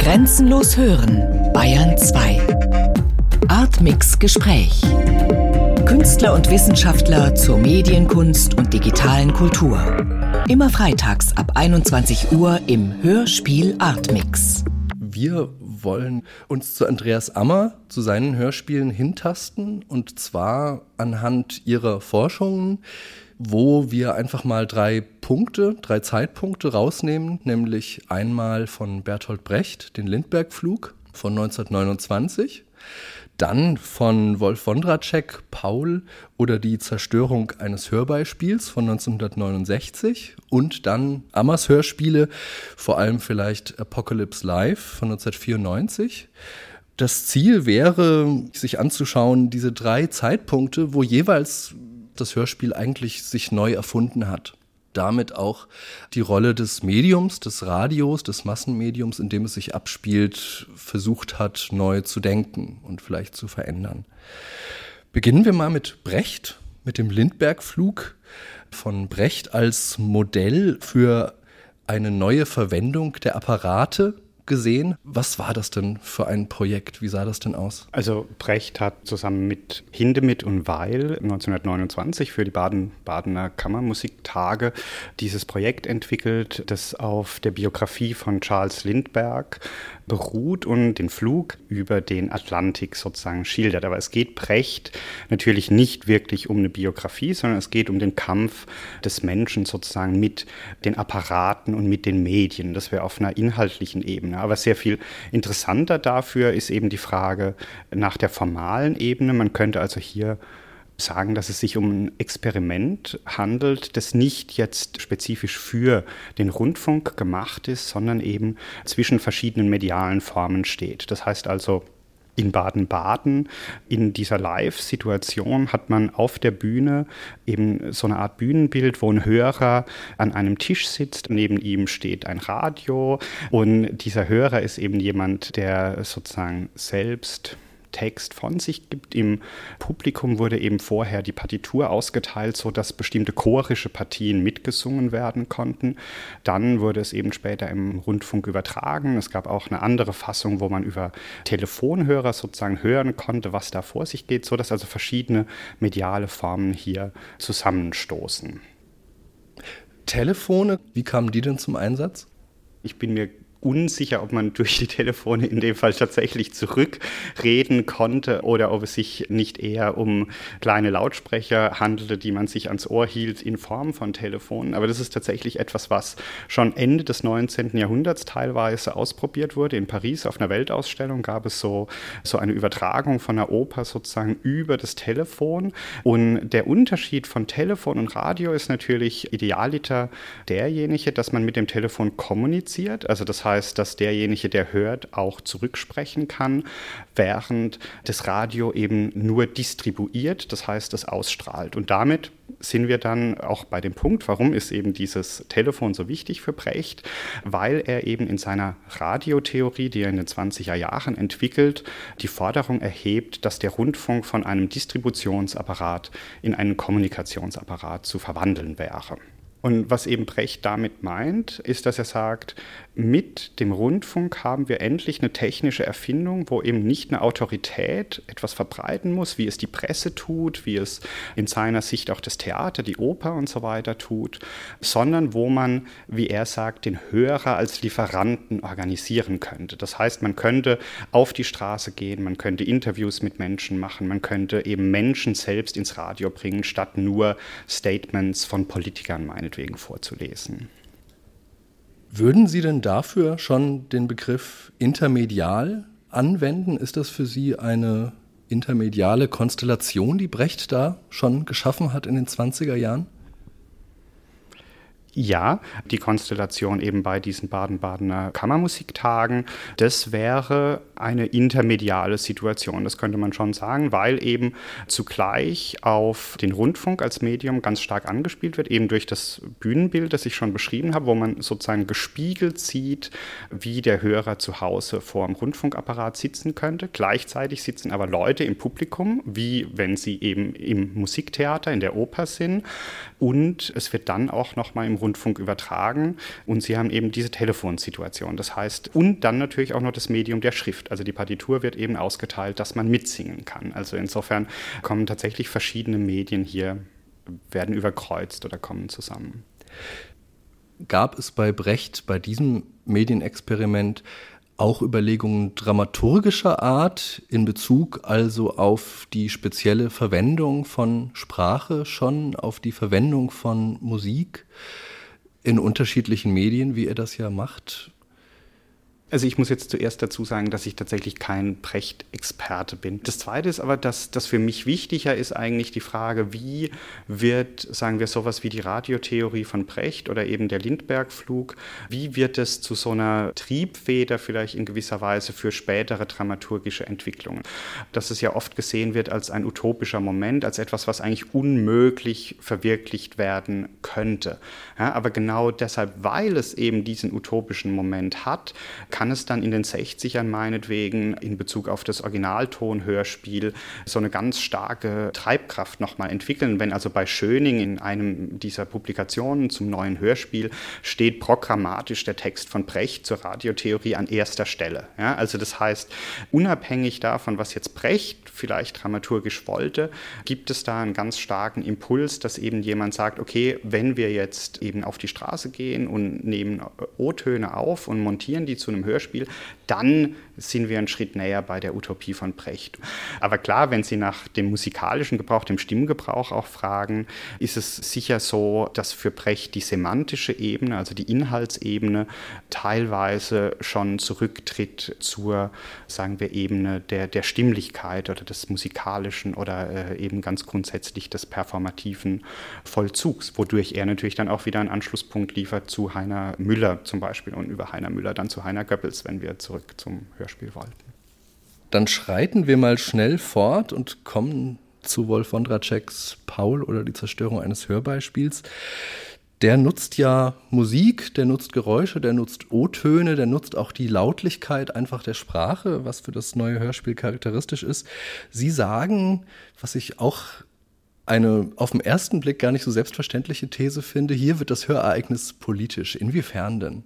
Grenzenlos hören, Bayern 2. Artmix Gespräch. Künstler und Wissenschaftler zur Medienkunst und digitalen Kultur. Immer freitags ab 21 Uhr im Hörspiel Artmix. Wir wollen uns zu Andreas Ammer, zu seinen Hörspielen hintasten, und zwar anhand ihrer Forschungen, wo wir einfach mal drei Zeitpunkte rausnehmen, nämlich einmal von Bertolt Brecht, den Lindbergh-Flug von 1929, dann von Wolf Wondratschek, Paul oder die Zerstörung eines Hörbeispiels von 1969 und dann Ammers Hörspiele, vor allem vielleicht Apocalypse Live von 1994. Das Ziel wäre, sich anzuschauen, diese drei Zeitpunkte, wo jeweils das Hörspiel eigentlich sich neu erfunden hat. Damit auch die Rolle des Mediums, des Radios, des Massenmediums, in dem es sich abspielt, versucht hat, neu zu denken und vielleicht zu verändern. Beginnen wir mal mit Brecht, mit dem Lindbergh-Flug von Brecht als Modell für eine neue Verwendung der Apparate gesehen. Was war das denn für ein Projekt? Wie sah das denn aus? Also Brecht hat zusammen mit Hindemith und Weil 1929 für die Baden-Badener Kammermusiktage dieses Projekt entwickelt, das auf der Biografie von Charles Lindbergh beruht und den Flug über den Atlantik sozusagen schildert. Aber es geht Brecht natürlich nicht wirklich um eine Biografie, sondern es geht um den Kampf des Menschen sozusagen mit den Apparaten und mit den Medien. Das wäre auf einer inhaltlichen Ebene. Aber sehr viel interessanter dafür ist eben die Frage nach der formalen Ebene. Man könnte also hier sagen, dass es sich um ein Experiment handelt, das nicht jetzt spezifisch für den Rundfunk gemacht ist, sondern eben zwischen verschiedenen medialen Formen steht. Das heißt also, in Baden-Baden, in dieser Live-Situation hat man auf der Bühne eben so eine Art Bühnenbild, wo ein Hörer an einem Tisch sitzt. Neben ihm steht ein Radio und dieser Hörer ist eben jemand, der sozusagen selbst Text von sich gibt. Im Publikum wurde eben vorher die Partitur ausgeteilt, sodass bestimmte chorische Partien mitgesungen werden konnten. Dann wurde es eben später im Rundfunk übertragen. Es gab auch eine andere Fassung, wo man über Telefonhörer sozusagen hören konnte, was da vor sich geht, sodass also verschiedene mediale Formen hier zusammenstoßen. Telefone, wie kamen die denn zum Einsatz? Ich bin mir unsicher, ob man durch die Telefone in dem Fall tatsächlich zurückreden konnte oder ob es sich nicht eher um kleine Lautsprecher handelte, die man sich ans Ohr hielt in Form von Telefonen. Aber das ist tatsächlich etwas, was schon Ende des 19. Jahrhunderts teilweise ausprobiert wurde. In Paris auf einer Weltausstellung gab es so eine Übertragung von einer Oper sozusagen über das Telefon. Und der Unterschied von Telefon und Radio ist natürlich idealiter derjenige, dass man mit dem Telefon kommuniziert. Also das heißt, dass derjenige, der hört, auch zurücksprechen kann, während das Radio eben nur distribuiert, das heißt, es ausstrahlt. Und damit sind wir dann auch bei dem Punkt, warum ist eben dieses Telefon so wichtig für Brecht, weil er eben in seiner Radiotheorie, die er in den 20er Jahren entwickelt, die Forderung erhebt, dass der Rundfunk von einem Distributionsapparat in einen Kommunikationsapparat zu verwandeln wäre. Und was eben Brecht damit meint, ist, dass er sagt, mit dem Rundfunk haben wir endlich eine technische Erfindung, wo eben nicht eine Autorität etwas verbreiten muss, wie es die Presse tut, wie es in seiner Sicht auch das Theater, die Oper und so weiter tut, sondern wo man, wie er sagt, den Hörer als Lieferanten organisieren könnte. Das heißt, man könnte auf die Straße gehen, man könnte Interviews mit Menschen machen, man könnte eben Menschen selbst ins Radio bringen, statt nur Statements von Politikern meinetwegen vorzulesen. Würden Sie denn dafür schon den Begriff intermedial anwenden? Ist das für Sie eine intermediale Konstellation, die Brecht da schon geschaffen hat in den 20er Jahren? Ja, die Konstellation eben bei diesen Baden-Badener Kammermusiktagen, das wäre eine intermediale Situation, das könnte man schon sagen, weil eben zugleich auf den Rundfunk als Medium ganz stark angespielt wird, eben durch das Bühnenbild, das ich schon beschrieben habe, wo man sozusagen gespiegelt sieht, wie der Hörer zu Hause vor dem Rundfunkapparat sitzen könnte. Gleichzeitig sitzen aber Leute im Publikum, wie wenn sie eben im Musiktheater, in der Oper sind, und es wird dann auch nochmal im Rundfunk übertragen und Sie haben eben diese Telefonsituation. Das heißt, und dann natürlich auch noch das Medium der Schrift. Also die Partitur wird eben ausgeteilt, dass man mitsingen kann. Also insofern kommen tatsächlich verschiedene Medien hier, werden überkreuzt oder kommen zusammen. Gab es bei Brecht, bei diesem Medienexperiment, auch Überlegungen dramaturgischer Art in Bezug also auf die spezielle Verwendung von Sprache, schon auf die Verwendung von Musik in unterschiedlichen Medien, wie er das ja macht? Also ich muss jetzt zuerst dazu sagen, dass ich tatsächlich kein Brecht-Experte bin. Das Zweite ist aber, dass für mich wichtiger ist eigentlich die Frage, wie wird, sagen wir, sowas wie die Radiotheorie von Brecht oder eben der Lindbergh-Flug, wie wird es zu so einer Triebfeder vielleicht in gewisser Weise für spätere dramaturgische Entwicklungen? Dass es ja oft gesehen wird als ein utopischer Moment, als etwas, was eigentlich unmöglich verwirklicht werden könnte. Ja, aber genau deshalb, weil es eben diesen utopischen Moment hat, kann es dann in den 60ern meinetwegen in Bezug auf das Originaltonhörspiel so eine ganz starke Treibkraft nochmal entwickeln. Wenn also bei Schöning in einem dieser Publikationen zum neuen Hörspiel steht programmatisch der Text von Brecht zur Radiotheorie an erster Stelle. Ja, also das heißt, unabhängig davon, was jetzt Brecht vielleicht dramaturgisch wollte, gibt es da einen ganz starken Impuls, dass eben jemand sagt, okay, wenn wir jetzt eben auf die Straße gehen und nehmen O-Töne auf und montieren die zu einem Hörspiel, dann sind wir einen Schritt näher bei der Utopie von Brecht. Aber klar, wenn Sie nach dem musikalischen Gebrauch, dem Stimmgebrauch auch fragen, ist es sicher so, dass für Brecht die semantische Ebene, also die Inhaltsebene, teilweise schon zurücktritt zur, sagen wir, Ebene der Stimmlichkeit oder des musikalischen oder eben ganz grundsätzlich des performativen Vollzugs, wodurch er natürlich dann auch wieder einen Anschlusspunkt liefert zu Heiner Müller zum Beispiel und über Heiner Müller dann zu Heiner Goebbels, wenn wir zurück zum Hörspiel wollten. Dann schreiten wir mal schnell fort und kommen zu Wolf Wondratscheks Paul oder die Zerstörung eines Hörbeispiels. Der nutzt ja Musik, der nutzt Geräusche, der nutzt O-Töne, der nutzt auch die Lautlichkeit einfach der Sprache, was für das neue Hörspiel charakteristisch ist. Sie sagen, was ich auch eine auf den ersten Blick gar nicht so selbstverständliche These finde, hier wird das Hörereignis politisch. Inwiefern denn?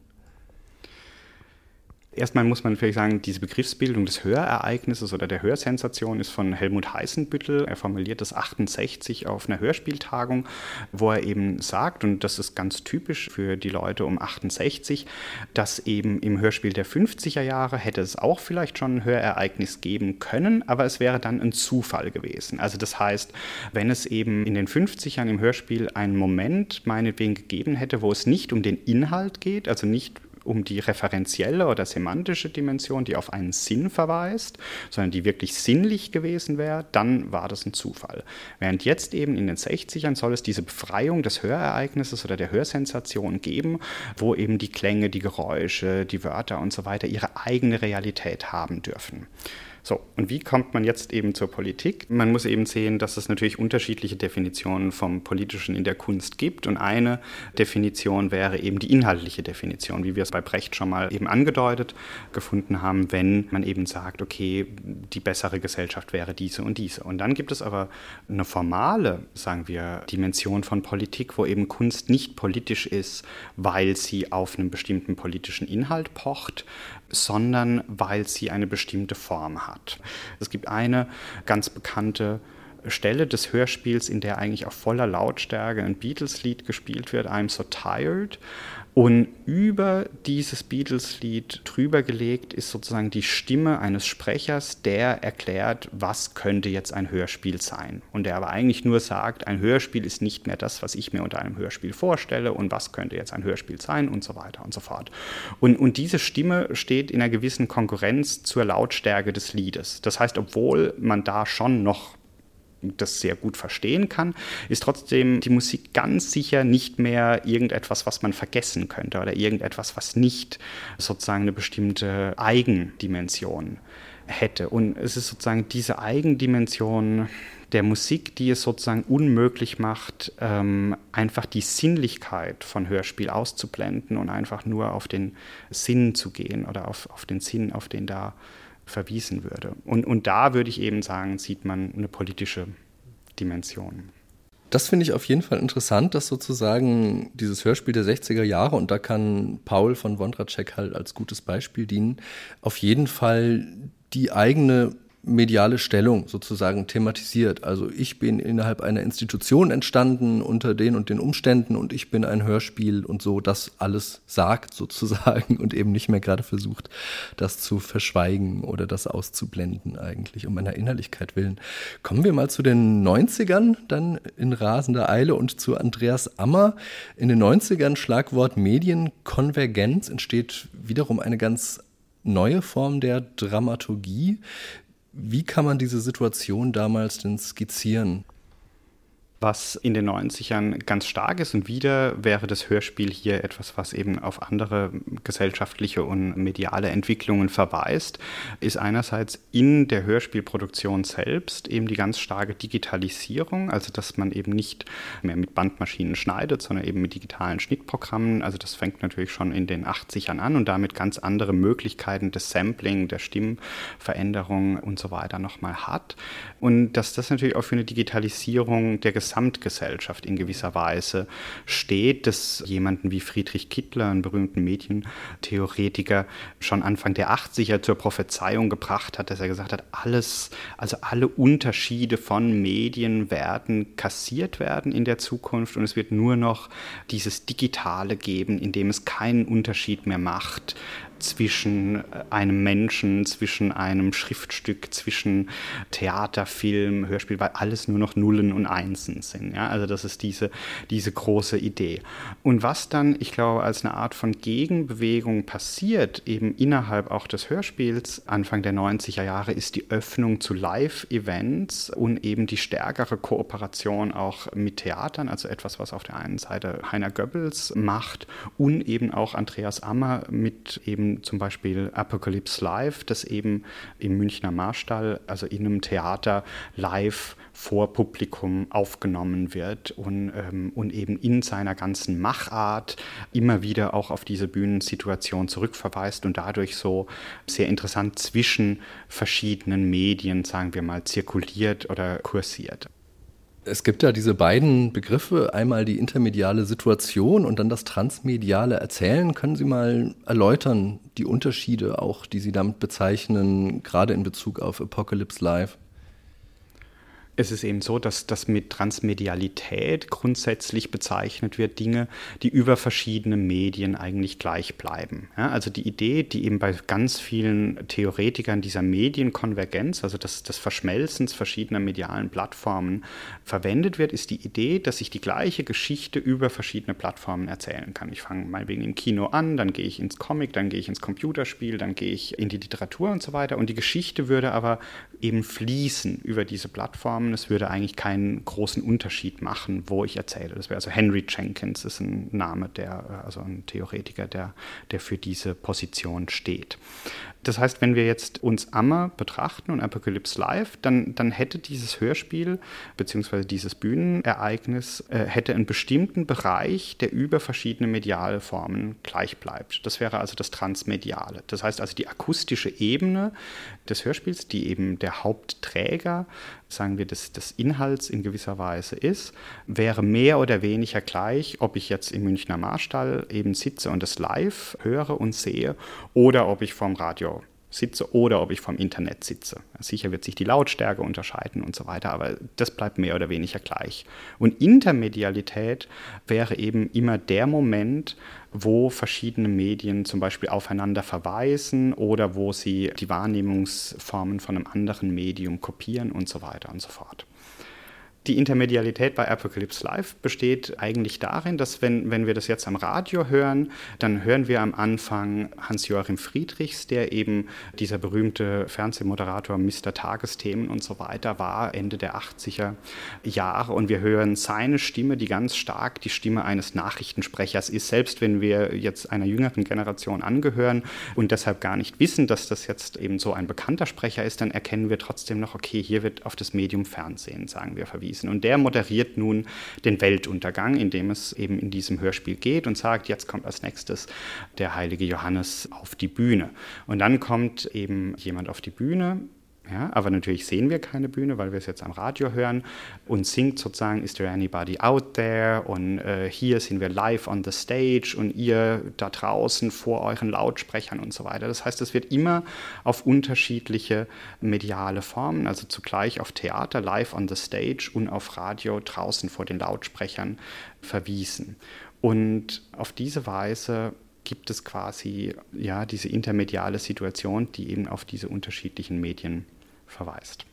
Erstmal muss man vielleicht sagen, diese Begriffsbildung des Hörereignisses oder der Hörsensation ist von Helmut Heißenbüttel. Er formuliert das 68 auf einer Hörspieltagung, wo er eben sagt, und das ist ganz typisch für die Leute um 68, dass eben im Hörspiel der 50er Jahre hätte es auch vielleicht schon ein Hörereignis geben können, aber es wäre dann ein Zufall gewesen. Also das heißt, wenn es eben in den 50ern im Hörspiel einen Moment meinetwegen gegeben hätte, wo es nicht um den Inhalt geht, also nicht um die referenzielle oder semantische Dimension, die auf einen Sinn verweist, sondern die wirklich sinnlich gewesen wäre, dann war das ein Zufall. Während jetzt eben in den 60ern soll es diese Befreiung des Hörereignisses oder der Hörsensation geben, wo eben die Klänge, die Geräusche, die Wörter und so weiter ihre eigene Realität haben dürfen. So, und wie kommt man jetzt eben zur Politik? Man muss eben sehen, dass es natürlich unterschiedliche Definitionen vom Politischen in der Kunst gibt. Und eine Definition wäre eben die inhaltliche Definition, wie wir es bei Brecht schon mal eben angedeutet gefunden haben, wenn man eben sagt, okay, die bessere Gesellschaft wäre diese und diese. Und dann gibt es aber eine formale, sagen wir, Dimension von Politik, wo eben Kunst nicht politisch ist, weil sie auf einen bestimmten politischen Inhalt pocht, sondern weil sie eine bestimmte Form hat. Es gibt eine ganz bekannte Stelle des Hörspiels, in der eigentlich auf voller Lautstärke ein Beatles-Lied gespielt wird, I'm So Tired. Und über dieses Beatles-Lied drüber gelegt ist sozusagen die Stimme eines Sprechers, der erklärt, was könnte jetzt ein Hörspiel sein. Und der aber eigentlich nur sagt, ein Hörspiel ist nicht mehr das, was ich mir unter einem Hörspiel vorstelle und was könnte jetzt ein Hörspiel sein und so weiter und so fort. Und diese Stimme steht in einer gewissen Konkurrenz zur Lautstärke des Liedes. Das heißt, obwohl man da schon noch das sehr gut verstehen kann, ist trotzdem die Musik ganz sicher nicht mehr irgendetwas, was man vergessen könnte oder irgendetwas, was nicht sozusagen eine bestimmte Eigendimension hätte. Und es ist sozusagen diese Eigendimension der Musik, die es sozusagen unmöglich macht, einfach die Sinnlichkeit von Hörspiel auszublenden und einfach nur auf den Sinn zu gehen oder auf den Sinn, auf den da verwiesen würde. Und da würde ich eben sagen, sieht man eine politische Dimension. Das finde ich auf jeden Fall interessant, dass sozusagen dieses Hörspiel der 60er Jahre, und da kann Paul von Wondratschek halt als gutes Beispiel dienen, auf jeden Fall die eigene mediale Stellung sozusagen thematisiert. Also ich bin innerhalb einer Institution entstanden unter den und den Umständen und ich bin ein Hörspiel und so, das alles sagt sozusagen und eben nicht mehr gerade versucht, das zu verschweigen oder das auszublenden eigentlich, um einer Innerlichkeit willen. Kommen wir mal zu den 90ern, dann in rasender Eile und zu Andreas Ammer. In den 90ern, Schlagwort Medienkonvergenz, entsteht wiederum eine ganz neue Form der Dramaturgie. Wie kann man diese Situation damals denn skizzieren? Was in den 90ern ganz stark ist und wieder wäre das Hörspiel hier etwas, was eben auf andere gesellschaftliche und mediale Entwicklungen verweist, ist einerseits in der Hörspielproduktion selbst eben die ganz starke Digitalisierung, also dass man eben nicht mehr mit Bandmaschinen schneidet, sondern eben mit digitalen Schnittprogrammen. Also das fängt natürlich schon in den 80ern an und damit ganz andere Möglichkeiten des Sampling, der Stimmveränderung und so weiter nochmal hat. Und dass das natürlich auch für eine Digitalisierung der Gesamtgesellschaft in gewisser Weise steht, dass jemanden wie Friedrich Kittler, einen berühmten Medientheoretiker, schon Anfang der 80er zur Prophezeiung gebracht hat, dass er gesagt hat, alle Unterschiede von Medien werden kassiert werden in der Zukunft und es wird nur noch dieses Digitale geben, in dem es keinen Unterschied mehr macht zwischen einem Menschen, zwischen einem Schriftstück, zwischen Theater, Film, Hörspiel, weil alles nur noch Nullen und Einsen sind. Ja? Also das ist diese große Idee. Und was dann, ich glaube, als eine Art von Gegenbewegung passiert, eben innerhalb auch des Hörspiels Anfang der 90er Jahre, ist die Öffnung zu Live-Events und eben die stärkere Kooperation auch mit Theatern, also etwas, was auf der einen Seite Heiner Goebbels macht und eben auch Andreas Ammer mit eben zum Beispiel Apocalypse Live, das eben im Münchner Marstall, also in einem Theater live vor Publikum aufgenommen wird und eben in seiner ganzen Machart immer wieder auch auf diese Bühnensituation zurückverweist und dadurch so sehr interessant zwischen verschiedenen Medien, sagen wir mal, zirkuliert oder kursiert. Es gibt ja diese beiden Begriffe, einmal die intermediale Situation und dann das transmediale Erzählen. Können Sie mal erläutern, die Unterschiede auch, die Sie damit bezeichnen, gerade in Bezug auf Apocalypse Live? Es ist eben so, dass das mit Transmedialität grundsätzlich bezeichnet wird, Dinge, die über verschiedene Medien eigentlich gleich bleiben. Ja, also die Idee, die eben bei ganz vielen Theoretikern dieser Medienkonvergenz, also des Verschmelzens verschiedener medialen Plattformen verwendet wird, ist die Idee, dass ich die gleiche Geschichte über verschiedene Plattformen erzählen kann. Ich fange meinetwegen im Kino an, dann gehe ich ins Comic, dann gehe ich ins Computerspiel, dann gehe ich in die Literatur und so weiter. Und die Geschichte würde aber eben fließen über diese Plattformen. Es würde eigentlich keinen großen Unterschied machen, wo ich erzähle. Das wäre also Henry Jenkins, ist ein Name, also ein Theoretiker, der für diese Position steht. Das heißt, wenn wir jetzt uns Ammer betrachten und Apocalypse Live, dann hätte dieses Hörspiel bzw. dieses Bühnenereignis hätte einen bestimmten Bereich, der über verschiedene mediale Formen gleich bleibt. Das wäre also das Transmediale. Das heißt also die akustische Ebene des Hörspiels, die eben der Hauptträger, sagen wir, des Inhalts in gewisser Weise ist, wäre mehr oder weniger gleich, ob ich jetzt im Münchner Marstall eben sitze und das live höre und sehe oder ob ich vorm Radio sitze oder ob ich vom Internet sitze. Sicher wird sich die Lautstärke unterscheiden und so weiter, aber das bleibt mehr oder weniger gleich. Und Intermedialität wäre eben immer der Moment, wo verschiedene Medien zum Beispiel aufeinander verweisen oder wo sie die Wahrnehmungsformen von einem anderen Medium kopieren und so weiter und so fort. Die Intermedialität bei Apocalypse Live besteht eigentlich darin, dass wenn wir das jetzt am Radio hören, dann hören wir am Anfang Hans-Joachim Friedrichs, der eben dieser berühmte Fernsehmoderator Mr. Tagesthemen und so weiter war, Ende der 80er Jahre. Und wir hören seine Stimme, die ganz stark die Stimme eines Nachrichtensprechers ist, selbst wenn wir jetzt einer jüngeren Generation angehören und deshalb gar nicht wissen, dass das jetzt eben so ein bekannter Sprecher ist, dann erkennen wir trotzdem noch, okay, hier wird auf das Medium Fernsehen, sagen wir, verwiesen. Und der moderiert nun den Weltuntergang, indem es eben in diesem Hörspiel geht und sagt, jetzt kommt als nächstes der heilige Johannes auf die Bühne. Und dann kommt eben jemand auf die Bühne, Ja, aber natürlich sehen wir keine Bühne, weil wir es jetzt am Radio hören und singt sozusagen Is there anybody out there? Und hier sind wir live on the stage und ihr da draußen vor euren Lautsprechern und so weiter. Das heißt, es wird immer auf unterschiedliche mediale Formen, also zugleich auf Theater, live on the stage und auf Radio draußen vor den Lautsprechern verwiesen. Und auf diese Weise gibt es quasi diese intermediale Situation, die eben auf diese unterschiedlichen Medien verweist.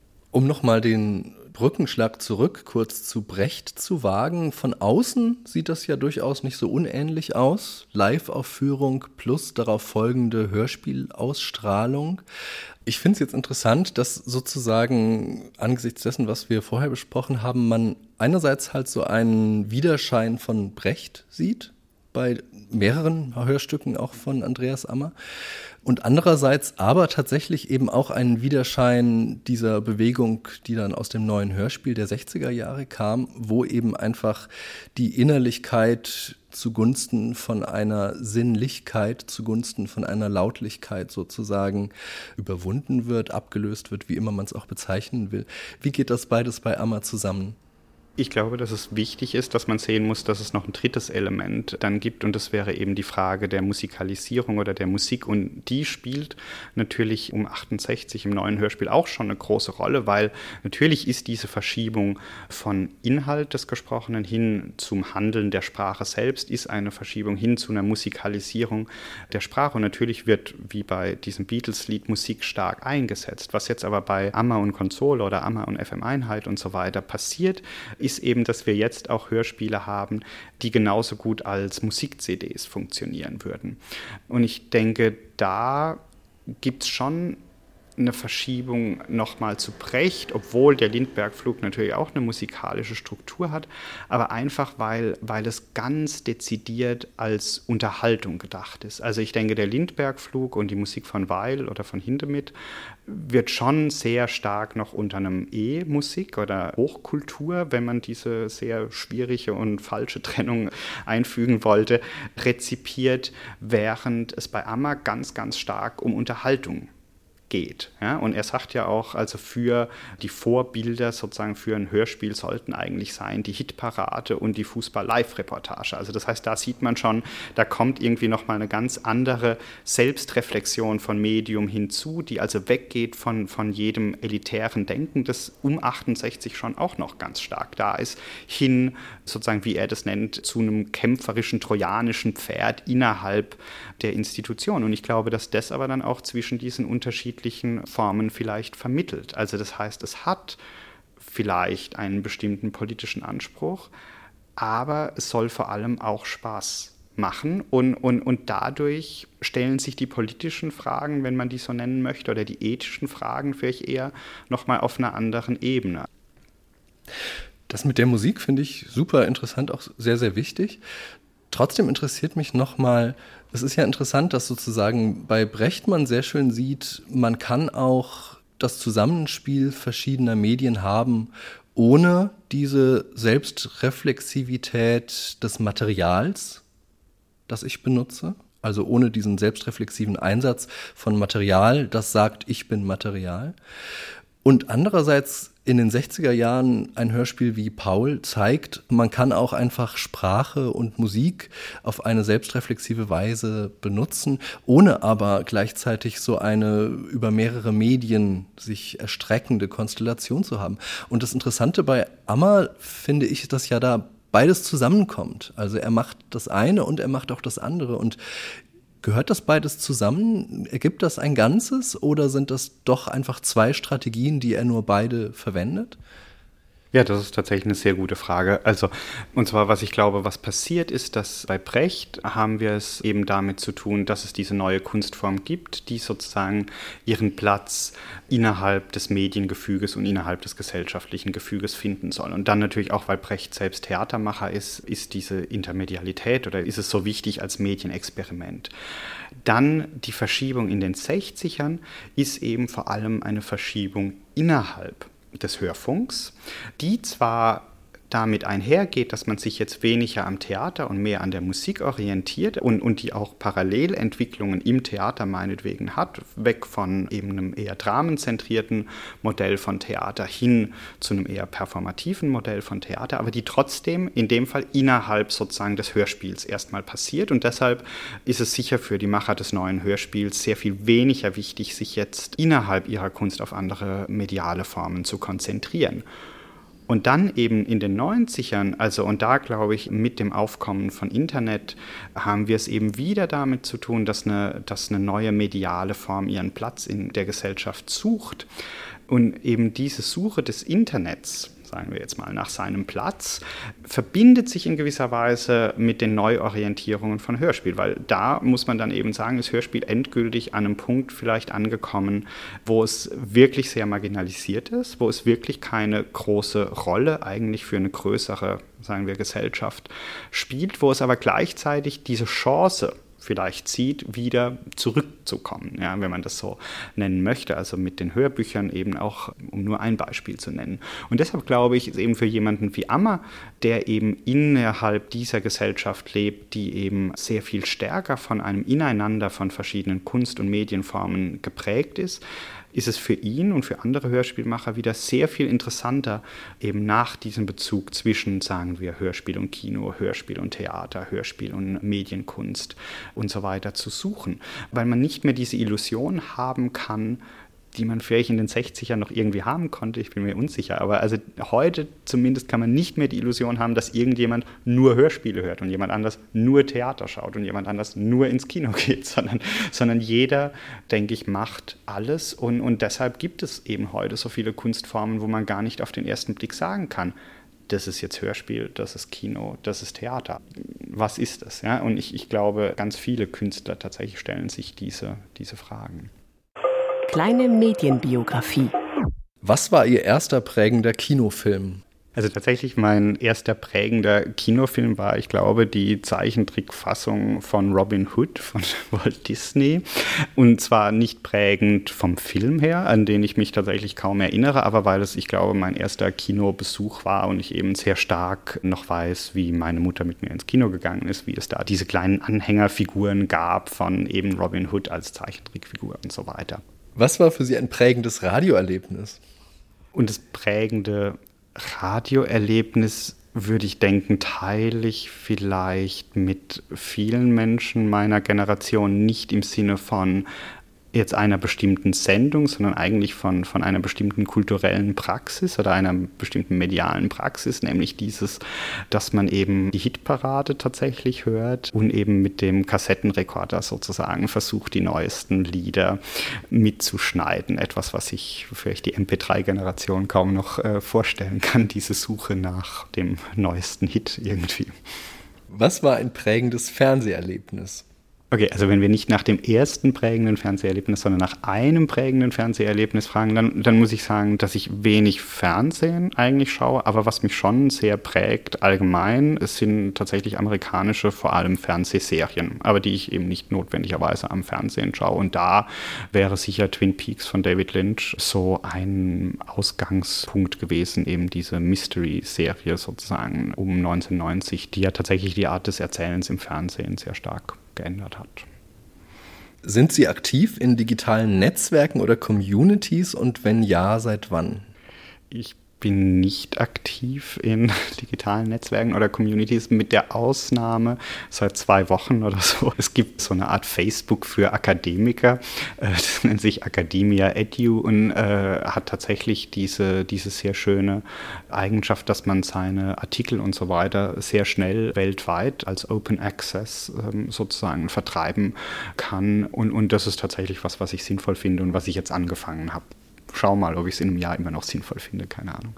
Um nochmal den Brückenschlag zurück kurz zu Brecht zu wagen. Von außen sieht das ja durchaus nicht so unähnlich aus. Live-Aufführung plus darauf folgende Hörspielausstrahlung. Ich finde es jetzt interessant, dass sozusagen angesichts dessen, was wir vorher besprochen haben, man einerseits halt so einen Widerschein von Brecht sieht, bei mehreren Hörstücken auch von Andreas Ammer. Und andererseits aber tatsächlich eben auch einen Widerschein dieser Bewegung, die dann aus dem neuen Hörspiel der 60er Jahre kam, wo eben einfach die Innerlichkeit zugunsten von einer Sinnlichkeit, zugunsten von einer Lautlichkeit sozusagen überwunden wird, abgelöst wird, wie immer man es auch bezeichnen will. Wie geht das beides bei Ammer zusammen? Ich glaube, dass es wichtig ist, dass man sehen muss, dass es noch ein drittes Element dann gibt und das wäre eben die Frage der Musikalisierung oder der Musik und die spielt natürlich um 68 im neuen Hörspiel auch schon eine große Rolle, weil natürlich ist diese Verschiebung von Inhalt des Gesprochenen hin zum Handeln der Sprache selbst, ist eine Verschiebung hin zu einer Musikalisierung der Sprache und natürlich wird, wie bei diesem Beatles-Lied, Musik stark eingesetzt. Was jetzt aber bei Ammer und Konsole oder Ammer und FM-Einheit und so weiter passiert, ist eben, dass wir jetzt auch Hörspiele haben, die genauso gut als Musik-CDs funktionieren würden. Und ich denke, da gibt es schon eine Verschiebung nochmal zu Brecht, obwohl der Lindbergh-Flug natürlich auch eine musikalische Struktur hat, aber einfach, weil es ganz dezidiert als Unterhaltung gedacht ist. Also ich denke, der Lindbergh-Flug und die Musik von Weil oder von Hindemith wird schon sehr stark noch unter einem E-Musik oder Hochkultur, wenn man diese sehr schwierige und falsche Trennung einfügen wollte, rezipiert, während es bei Ammer ganz, ganz stark um Unterhaltung geht. Ja? Und er sagt ja auch, also für die Vorbilder sozusagen für ein Hörspiel sollten eigentlich sein die Hitparade und die Fußball-Live-Reportage. Also das heißt, da sieht man schon, da kommt irgendwie nochmal eine ganz andere Selbstreflexion von Medium hinzu, die also weggeht von jedem elitären Denken, das um 68 schon auch noch ganz stark da ist, hin sozusagen, wie er das nennt, zu einem kämpferischen trojanischen Pferd innerhalb der Institution. Und ich glaube, dass das aber dann auch zwischen diesen unterschiedlichen Formen vielleicht vermittelt. Also das heißt, es hat vielleicht einen bestimmten politischen Anspruch, aber es soll vor allem auch Spaß machen und dadurch stellen sich die politischen Fragen, wenn man die so nennen möchte, oder die ethischen Fragen vielleicht eher nochmal auf einer anderen Ebene. Das mit der Musik finde ich super interessant, auch sehr, sehr wichtig. Trotzdem interessiert mich nochmal, es ist ja interessant, dass sozusagen bei Brecht man sehr schön sieht, man kann auch das Zusammenspiel verschiedener Medien haben, ohne diese Selbstreflexivität des Materials, das ich benutze. Also ohne diesen selbstreflexiven Einsatz von Material, das sagt, ich bin Material. Und andererseits in den 60er Jahren ein Hörspiel wie Paul zeigt, man kann auch einfach Sprache und Musik auf eine selbstreflexive Weise benutzen, ohne aber gleichzeitig so eine über mehrere Medien sich erstreckende Konstellation zu haben. Und das Interessante bei Ammer finde ich, dass ja da beides zusammenkommt. Also er macht das eine und er macht auch das andere. Und gehört das beides zusammen? Ergibt das ein Ganzes oder sind das doch einfach zwei Strategien, die er nur beide verwendet? Ja, das ist tatsächlich eine sehr gute Frage. Also, und zwar, was ich glaube, was passiert ist, dass bei Brecht haben wir es eben damit zu tun, dass es diese neue Kunstform gibt, die sozusagen ihren Platz innerhalb des Mediengefüges und innerhalb des gesellschaftlichen Gefüges finden soll. Und dann natürlich auch, weil Brecht selbst Theatermacher ist diese Intermedialität oder ist es so wichtig als Medienexperiment. Dann die Verschiebung in den 60ern ist eben vor allem eine Verschiebung innerhalb des Hörfunks, die zwar damit einhergeht, dass man sich jetzt weniger am Theater und mehr an der Musik orientiert und die auch Parallelentwicklungen im Theater meinetwegen hat, weg von eben einem eher dramenzentrierten Modell von Theater hin zu einem eher performativen Modell von Theater, aber die trotzdem in dem Fall innerhalb sozusagen des Hörspiels erstmal passiert. Und deshalb ist es sicher für die Macher des neuen Hörspiels sehr viel weniger wichtig, sich jetzt innerhalb ihrer Kunst auf andere mediale Formen zu konzentrieren. Und dann eben in den 90ern, also und da glaube ich, mit dem Aufkommen von Internet haben wir es eben wieder damit zu tun, dass eine neue mediale Form ihren Platz in der Gesellschaft sucht. Und eben diese Suche des Internets, sagen wir jetzt mal, nach seinem Platz, verbindet sich in gewisser Weise mit den Neuorientierungen von Hörspiel, weil da muss man dann eben sagen, ist Hörspiel endgültig an einem Punkt vielleicht angekommen, wo es wirklich sehr marginalisiert ist, wo es wirklich keine große Rolle eigentlich für eine größere, sagen wir, Gesellschaft spielt, wo es aber gleichzeitig diese Chance vielleicht sieht, wieder zurückzukommen, ja, wenn man das so nennen möchte, also mit den Hörbüchern eben auch, um nur ein Beispiel zu nennen. Und deshalb glaube ich, ist eben für jemanden wie Ammer, der eben innerhalb dieser Gesellschaft lebt, die eben sehr viel stärker von einem Ineinander von verschiedenen Kunst- und Medienformen geprägt ist es für ihn und für andere Hörspielmacher wieder sehr viel interessanter, eben nach diesem Bezug zwischen, sagen wir, Hörspiel und Kino, Hörspiel und Theater, Hörspiel und Medienkunst und so weiter zu suchen, weil man nicht mehr diese Illusion haben kann, die man vielleicht in den 60ern noch irgendwie haben konnte, ich bin mir unsicher, aber also heute zumindest kann man nicht mehr die Illusion haben, dass irgendjemand nur Hörspiele hört und jemand anders nur Theater schaut und jemand anders nur ins Kino geht, sondern jeder, denke ich, macht alles und deshalb gibt es eben heute so viele Kunstformen, wo man gar nicht auf den ersten Blick sagen kann, das ist jetzt Hörspiel, das ist Kino, das ist Theater. Was ist das? Ja? Und ich glaube, ganz viele Künstler tatsächlich stellen sich diese Fragen. Kleine Medienbiografie. Was war Ihr erster prägender Kinofilm? Also tatsächlich mein erster prägender Kinofilm war, ich glaube, die Zeichentrickfassung von Robin Hood von Walt Disney. Und zwar nicht prägend vom Film her, an den ich mich tatsächlich kaum erinnere, aber weil es, ich glaube, mein erster Kinobesuch war und ich eben sehr stark noch weiß, wie meine Mutter mit mir ins Kino gegangen ist, wie es da diese kleinen Anhängerfiguren gab von eben Robin Hood als Zeichentrickfigur und so weiter. Was war für Sie ein prägendes Radioerlebnis? Und das prägende Radioerlebnis, würde ich denken, teile ich vielleicht mit vielen Menschen meiner Generation, nicht im Sinne von jetzt einer bestimmten Sendung, sondern eigentlich von einer bestimmten kulturellen Praxis oder einer bestimmten medialen Praxis, nämlich dieses, dass man eben die Hitparade tatsächlich hört und eben mit dem Kassettenrekorder sozusagen versucht, die neuesten Lieder mitzuschneiden. Etwas, was sich vielleicht die MP3-Generation kaum noch vorstellen kann, diese Suche nach dem neuesten Hit irgendwie. Was war ein prägendes Fernseherlebnis? Okay, also wenn wir nicht nach dem ersten prägenden Fernseherlebnis, sondern nach einem prägenden Fernseherlebnis fragen, dann muss ich sagen, dass ich wenig Fernsehen eigentlich schaue, aber was mich schon sehr prägt allgemein, es sind tatsächlich amerikanische, vor allem Fernsehserien, aber die ich eben nicht notwendigerweise am Fernsehen schaue. Und da wäre sicher Twin Peaks von David Lynch so ein Ausgangspunkt gewesen, eben diese Mystery-Serie sozusagen um 1990, die ja tatsächlich die Art des Erzählens im Fernsehen sehr stark geändert hat. Sind Sie aktiv in digitalen Netzwerken oder Communities und wenn ja, seit wann? Ich bin nicht aktiv in digitalen Netzwerken oder Communities, mit der Ausnahme seit 2 Wochen oder so. Es gibt so eine Art Facebook für Akademiker, das nennt sich Academia Edu und hat tatsächlich diese sehr schöne Eigenschaft, dass man seine Artikel und so weiter sehr schnell weltweit als Open Access sozusagen vertreiben kann und das ist tatsächlich was ich sinnvoll finde und was ich jetzt angefangen habe. Schau mal, ob ich es in einem Jahr immer noch sinnvoll finde, keine Ahnung.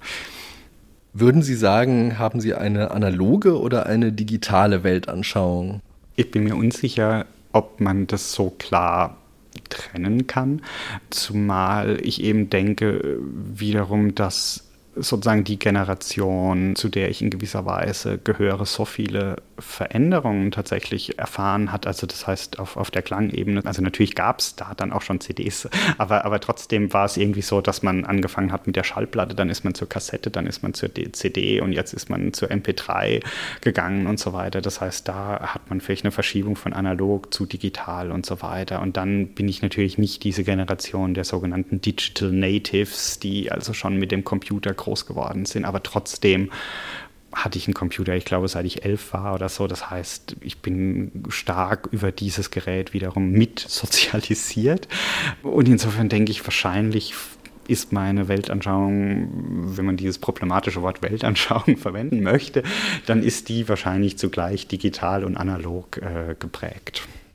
Würden Sie sagen, haben Sie eine analoge oder eine digitale Weltanschauung? Ich bin mir unsicher, ob man das so klar trennen kann, zumal ich eben denke wiederum, dass sozusagen die Generation, zu der ich in gewisser Weise gehöre, so viele Veränderungen tatsächlich erfahren hat. Also das heißt auf der Klangebene, also natürlich gab es da dann auch schon CDs, aber trotzdem war es irgendwie so, dass man angefangen hat mit der Schallplatte, dann ist man zur Kassette, dann ist man zur CD und jetzt ist man zur MP3 gegangen und so weiter. Das heißt, da hat man vielleicht eine Verschiebung von analog zu digital und so weiter. Und dann bin ich natürlich nicht diese Generation der sogenannten Digital Natives, die also schon mit dem Computer groß geworden sind, aber trotzdem hatte ich einen Computer, ich glaube, seit ich 11 war oder so. Das heißt, ich bin stark über dieses Gerät wiederum mit sozialisiert. Und insofern denke ich, wahrscheinlich ist meine Weltanschauung, wenn man dieses problematische Wort Weltanschauung verwenden möchte, dann ist die wahrscheinlich zugleich digital und analog geprägt.